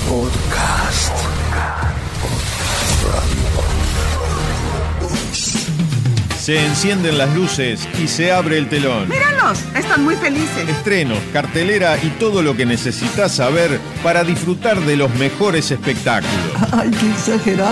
Podcast. Se encienden las luces y se abre el telón. ¡Míralos! Están muy felices. Estrenos, cartelera y todo lo que necesitas saber para disfrutar de los mejores espectáculos. ¡Ay, qué exagerado!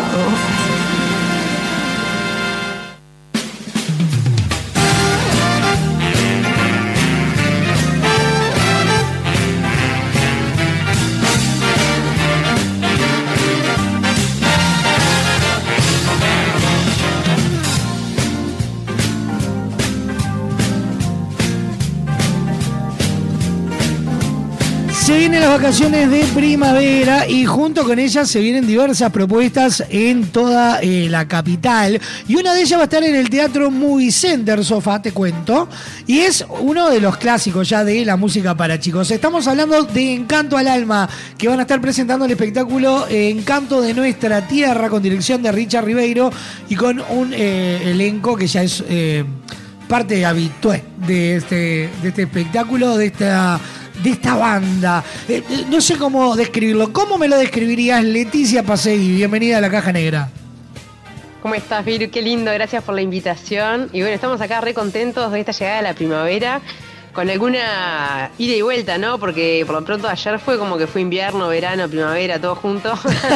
Se vienen las vacaciones de primavera y junto con ellas se vienen diversas propuestas en toda la capital. Y una de ellas va a estar en el Teatro Movie Center, Sofá, te cuento. Y es uno de los clásicos ya de la música para chicos. Estamos hablando de Encanto al Alma, que van a estar presentando el espectáculo Encanto de Nuestra Tierra, con dirección de Richard Ribeiro y con un elenco que ya es parte habitual de este espectáculo, de esta banda. No sé cómo describirlo. ¿Cómo me lo describirías, Leticia Pasegui? Bienvenida a La Caja Negra. ¿Cómo estás, Viru? Qué lindo, gracias por la invitación. Y bueno, estamos acá re contentos de esta llegada de la primavera, con alguna ida y vuelta, ¿no? Porque por lo pronto ayer fue como que fue invierno, verano, primavera, todo junto.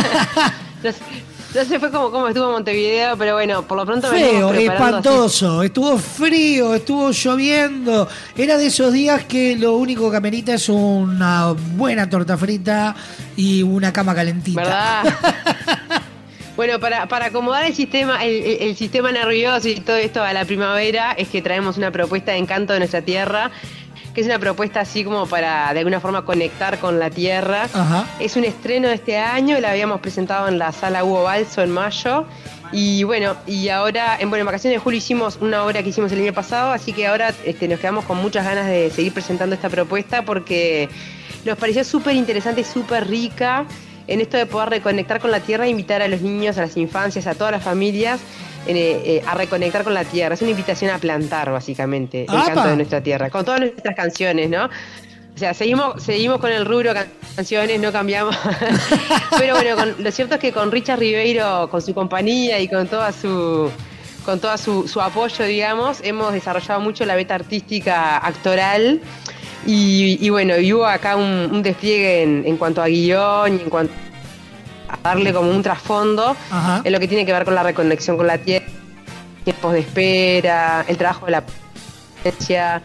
No sé, fue como estuvo Montevideo, pero bueno, por lo pronto feo, espantoso, así. Estuvo frío, estuvo lloviendo. Era de esos días que lo único que amerita es una buena torta frita y una cama calentita. ¿Verdad? Bueno, para acomodar el sistema nervioso y todo esto a la primavera, es que traemos una propuesta de Encanto de Nuestra Tierra, que es una propuesta así como para de alguna forma conectar con la tierra. Ajá. Es un estreno de este año, la habíamos presentado en la Sala Hugo Balso en mayo. Y bueno, y ahora, en vacaciones de julio hicimos una obra que hicimos el año pasado, así que ahora nos quedamos con muchas ganas de seguir presentando esta propuesta porque nos pareció súper interesante y súper rica en esto de poder reconectar con la tierra e invitar a los niños, a las infancias, a todas las familias a reconectar con la tierra. Es una invitación a plantar, básicamente, el canto de nuestra tierra, con todas nuestras canciones, ¿no? O sea, seguimos con el rubro canciones, no cambiamos. Pero bueno, lo cierto es que con Richard Ribeiro, con su compañía y con toda su apoyo, digamos, hemos desarrollado mucho la beta artística actoral. Y bueno, y hubo acá un despliegue en cuanto a guión y en cuanto a darle como un trasfondo. Ajá. En lo que tiene que ver con la reconexión con la tierra, tiempos de espera, el trabajo de la presencia,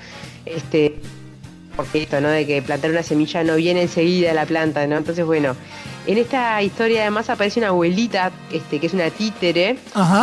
porque esto, ¿no? De que plantar una semilla no viene enseguida de la planta, ¿no? Entonces, bueno, en esta historia además aparece una abuelita, que es una títere,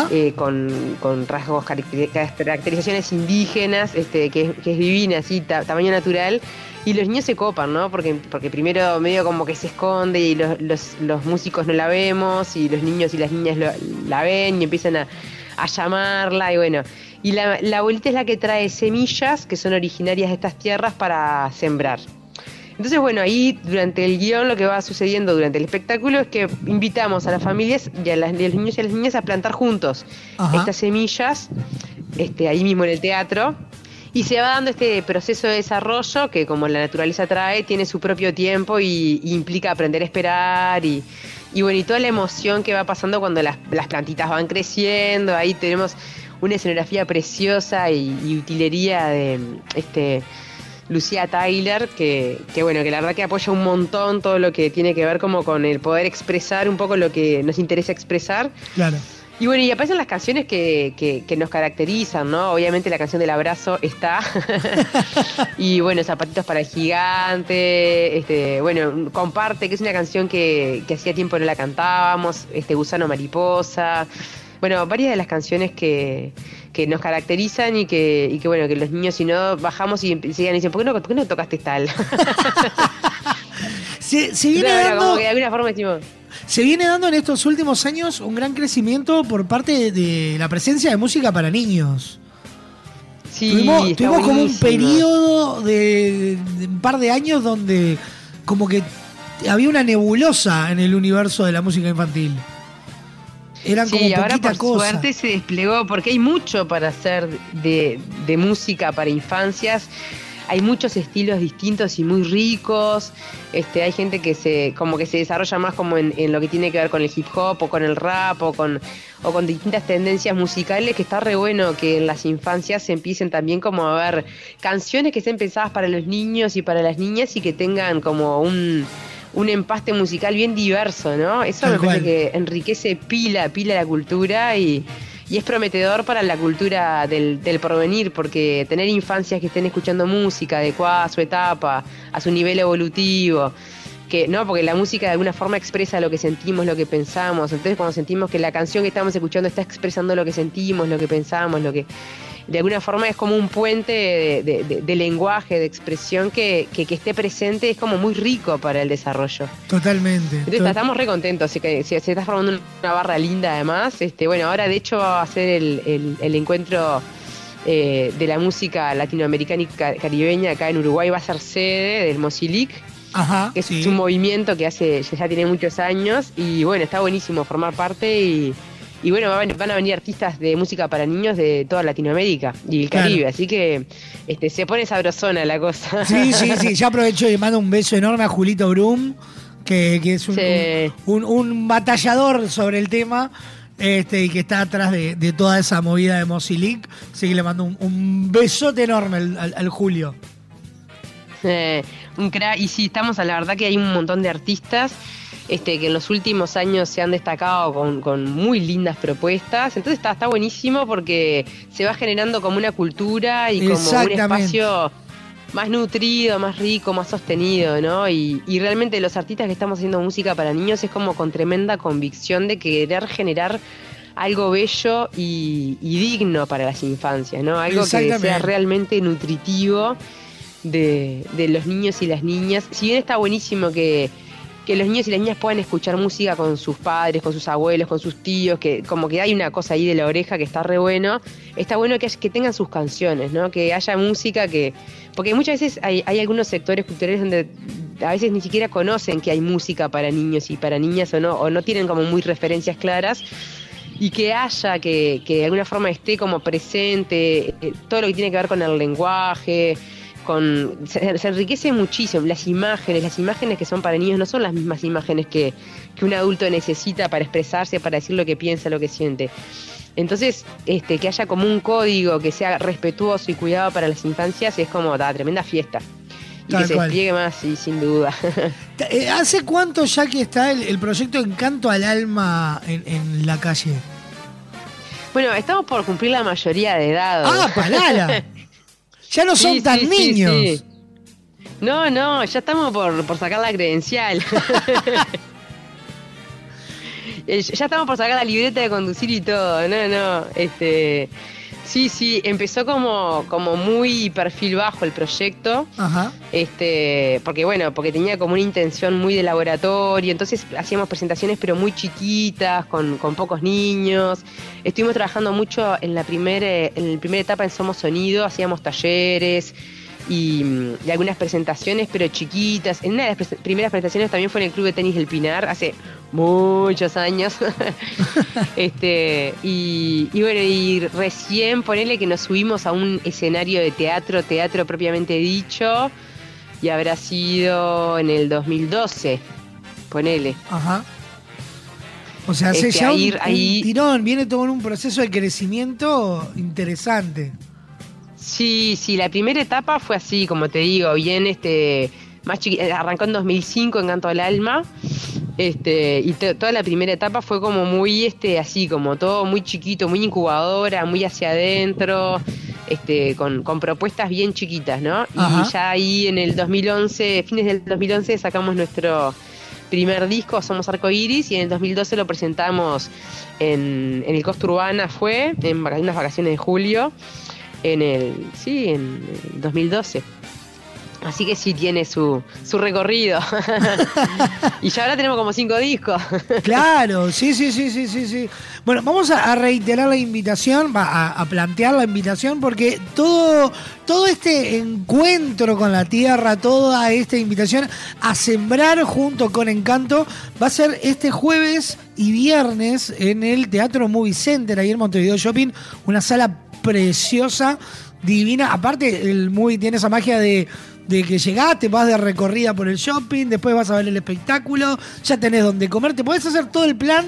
con rasgos, caracterizaciones indígenas, que es divina, así, tamaño natural. Y los niños se copan, ¿no? Porque primero medio como que se esconde y los músicos no la vemos, y los niños y las niñas la ven y empiezan a llamarla, y bueno. Y la abuelita es la que trae semillas que son originarias de estas tierras para sembrar. Entonces, bueno, ahí durante el guión lo que va sucediendo durante el espectáculo es que invitamos a las familias y a los niños y a las niñas a plantar juntos estas semillas, ahí mismo en el teatro. Y se va dando este proceso de desarrollo que, como la naturaleza trae, tiene su propio tiempo y implica aprender a esperar y bueno, y toda la emoción que va pasando cuando las plantitas van creciendo. Ahí tenemos una escenografía preciosa y utilería de Lucía Tyler, que bueno, que la verdad que apoya un montón todo lo que tiene que ver como con el poder expresar un poco lo que nos interesa expresar. Claro. Y bueno, y aparecen las canciones que nos caracterizan, ¿no? Obviamente la canción del abrazo está. Y bueno, Zapatitos para el Gigante. Bueno, Comparte, que es una canción que hacía tiempo no la cantábamos. Gusano Mariposa. Bueno, varias de las canciones que nos caracterizan y que bueno, que los niños, si no, bajamos y sigan y dicen, ¿por qué no tocaste tal? Se viene dando... como que de alguna forma decimos... Se viene dando en estos últimos años un gran crecimiento por parte de la presencia de música para niños. Sí, tuvimos como un periodo de un par de años donde como que había una nebulosa en el universo de la música infantil. Eran como ahora poquita por cosa. suerte se desplegó, porque hay mucho para hacer de música para infancias. hay muchos estilos distintos y muy ricos. Hay gente que se desarrolla más como en lo que tiene que ver con el hip hop o con el rap o con distintas tendencias musicales, que está re bueno que en las infancias se empiecen también como a ver canciones que estén pensadas para los niños y para las niñas y que tengan como un empaste musical bien diverso, ¿no? Eso me parece que enriquece pila la cultura y es prometedor para la cultura del porvenir, porque tener infancias que estén escuchando música adecuada a su etapa, a su nivel evolutivo, porque la música de alguna forma expresa lo que sentimos, lo que pensamos. Entonces, cuando sentimos que la canción que estamos escuchando está expresando lo que sentimos, lo que pensamos, lo que de alguna forma es como un puente de lenguaje, de expresión que esté presente, es como muy rico para el desarrollo. Totalmente. Entonces estamos re contentos, así que se está formando una barra linda además. Ahora de hecho va a ser el encuentro de la música latinoamericana y caribeña acá en Uruguay, va a ser sede del Mozilic. Ajá, que es un movimiento que ya tiene muchos años y bueno, está buenísimo formar parte y bueno, van a venir artistas de música para niños de toda Latinoamérica y el Caribe, así que se pone sabrosona la cosa. Sí, ya aprovecho y mando un beso enorme a Julito Brum, que es un batallador sobre el tema. Y que está atrás de toda esa movida de Mozilic, así que le mando un besote enorme al Julio. Un crack, y sí, la verdad que hay un montón de artistas que en los últimos años se han destacado con muy lindas propuestas, entonces está buenísimo porque se va generando como una cultura y como un espacio más nutrido, más rico, más sostenido, ¿no? Y realmente los artistas que estamos haciendo música para niños es como con tremenda convicción de querer generar algo bello y digno para las infancias, ¿no? Algo que sea realmente nutritivo de los niños y las niñas. Si bien está buenísimo que los niños y las niñas puedan escuchar música con sus padres, con sus abuelos, con sus tíos, que como que hay una cosa ahí de la oreja que está re bueno, está bueno que tengan sus canciones, ¿no? Que haya música porque muchas veces hay algunos sectores culturales donde a veces ni siquiera conocen que hay música para niños y para niñas o no tienen como muy referencias claras, y que haya, que de alguna forma esté como presente todo lo que tiene que ver con el lenguaje, se enriquece muchísimo. Las imágenes que son para niños no son las mismas imágenes que un adulto necesita para expresarse, para decir lo que piensa, lo que siente. Entonces, que haya como un código que sea respetuoso y cuidado para las infancias es como tremenda fiesta. Y que se despliegue más, sí, sin duda. ¿Hace cuánto ya que está el proyecto Encanto al Alma en la calle? Bueno, estamos por cumplir la mayoría de edad. ¡Ah, palala! Ya no son tan niños. Sí. No, ya estamos por sacar la credencial. Ya estamos por sacar la libreta de conducir y todo. No. Sí, empezó como muy perfil bajo el proyecto. Ajá. Porque tenía como una intención muy de laboratorio, entonces hacíamos presentaciones pero muy chiquitas, con pocos niños. Estuvimos trabajando mucho en la primera etapa en Somos Sonido, hacíamos talleres y algunas presentaciones pero chiquitas. En una de las primeras presentaciones también fue en el Club de Tenis del Pinar, hace muchos años. Y recién ponele que nos subimos a un escenario de teatro propiamente dicho, y habrá sido en el 2012, ponele. Ajá. O sea, hace ya un tirón, viene todo en un proceso de crecimiento interesante. Sí, la primera etapa fue así, como te digo, bien más chiquita, arrancó en 2005 Encanto al Alma, y toda la primera etapa fue como muy así, como todo muy chiquito, muy incubadora, muy hacia adentro, con propuestas bien chiquitas, ¿no? Ajá. Y ya ahí en el 2011, fines del 2011 sacamos nuestro primer disco, Somos Arcoiris, y en el 2012 lo presentamos en el Costa Urbana, en unas vacaciones de julio, en el 2012. Así que sí tiene su recorrido. Y ya ahora tenemos como 5 discos. Claro, sí. Bueno, vamos a reiterar la invitación, a plantear la invitación, porque todo este encuentro con la tierra, toda esta invitación a sembrar junto con Encanto, va a ser este jueves y viernes en el Teatro Movie Center, ahí en Montevideo Shopping, una sala preciosa, divina. Aparte, el movie tiene esa magia de que llegaste, vas de recorrida por el shopping, después vas a ver el espectáculo, ya tenés donde comer, te podés hacer todo el plan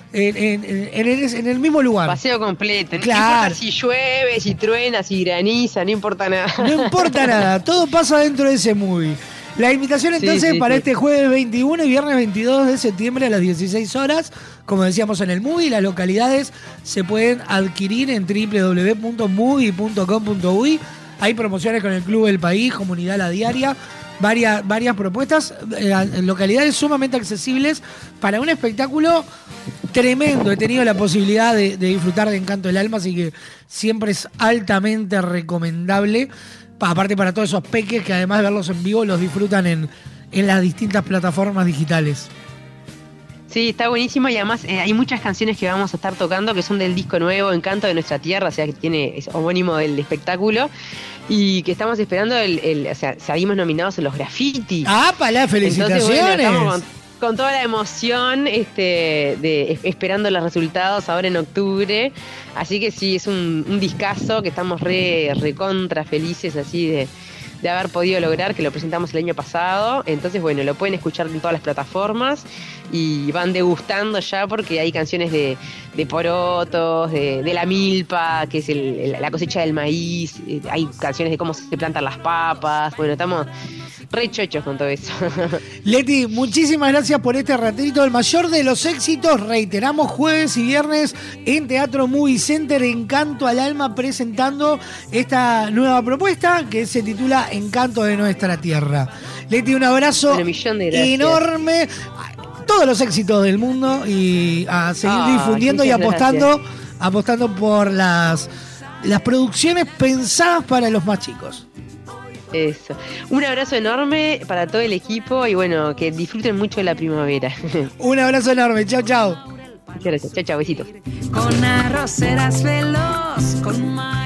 en el mismo lugar. Paseo completo. Claro. No importa si llueve, si truena, si graniza, no importa nada. No importa nada, todo pasa dentro de ese movie. La invitación entonces para este jueves 21 y viernes 22 de septiembre a las 16 horas, como decíamos en el movie, las localidades se pueden adquirir en www.movie.com.uy. Hay promociones con el Club del País, Comunidad La Diaria, varias propuestas, localidades sumamente accesibles para un espectáculo tremendo. He tenido la posibilidad de disfrutar de Encanto del Alma, así que siempre es altamente recomendable. Aparte para todos esos peques que además de verlos en vivo los disfrutan en las distintas plataformas digitales. Sí, está buenísimo y además hay muchas canciones que vamos a estar tocando que son del disco nuevo Encanto de Nuestra Tierra, o sea que es homónimo del espectáculo y que estamos esperando o sea, salimos nominados en los graffiti. ¡Ápala! ¡Felicitaciones! Entonces, bueno, estamos con toda la emoción esperando los resultados ahora en octubre, así que sí, es un discazo que estamos recontra felices así de haber podido lograr, que lo presentamos el año pasado. Entonces, bueno, lo pueden escuchar en todas las plataformas y van degustando ya porque hay canciones de porotos, de la milpa, que es la cosecha del maíz, hay canciones de cómo se plantan las papas. Bueno, estamos re chochos con todo eso. Leti, muchísimas gracias por este ratito. El mayor de los éxitos, reiteramos, jueves y viernes en Teatro Movie Center, Encanto al Alma, presentando esta nueva propuesta que se titula Encanto de Nuestra Tierra. Leti, un abrazo enorme. Todos los éxitos del mundo y a seguir difundiendo y apostando por las producciones pensadas para los más chicos. Eso. Un abrazo enorme para todo el equipo y bueno, que disfruten mucho de la primavera. Un abrazo enorme. Chao, chao. Muchas gracias. Chao, chao. Besitos. Con arroceras veloz, con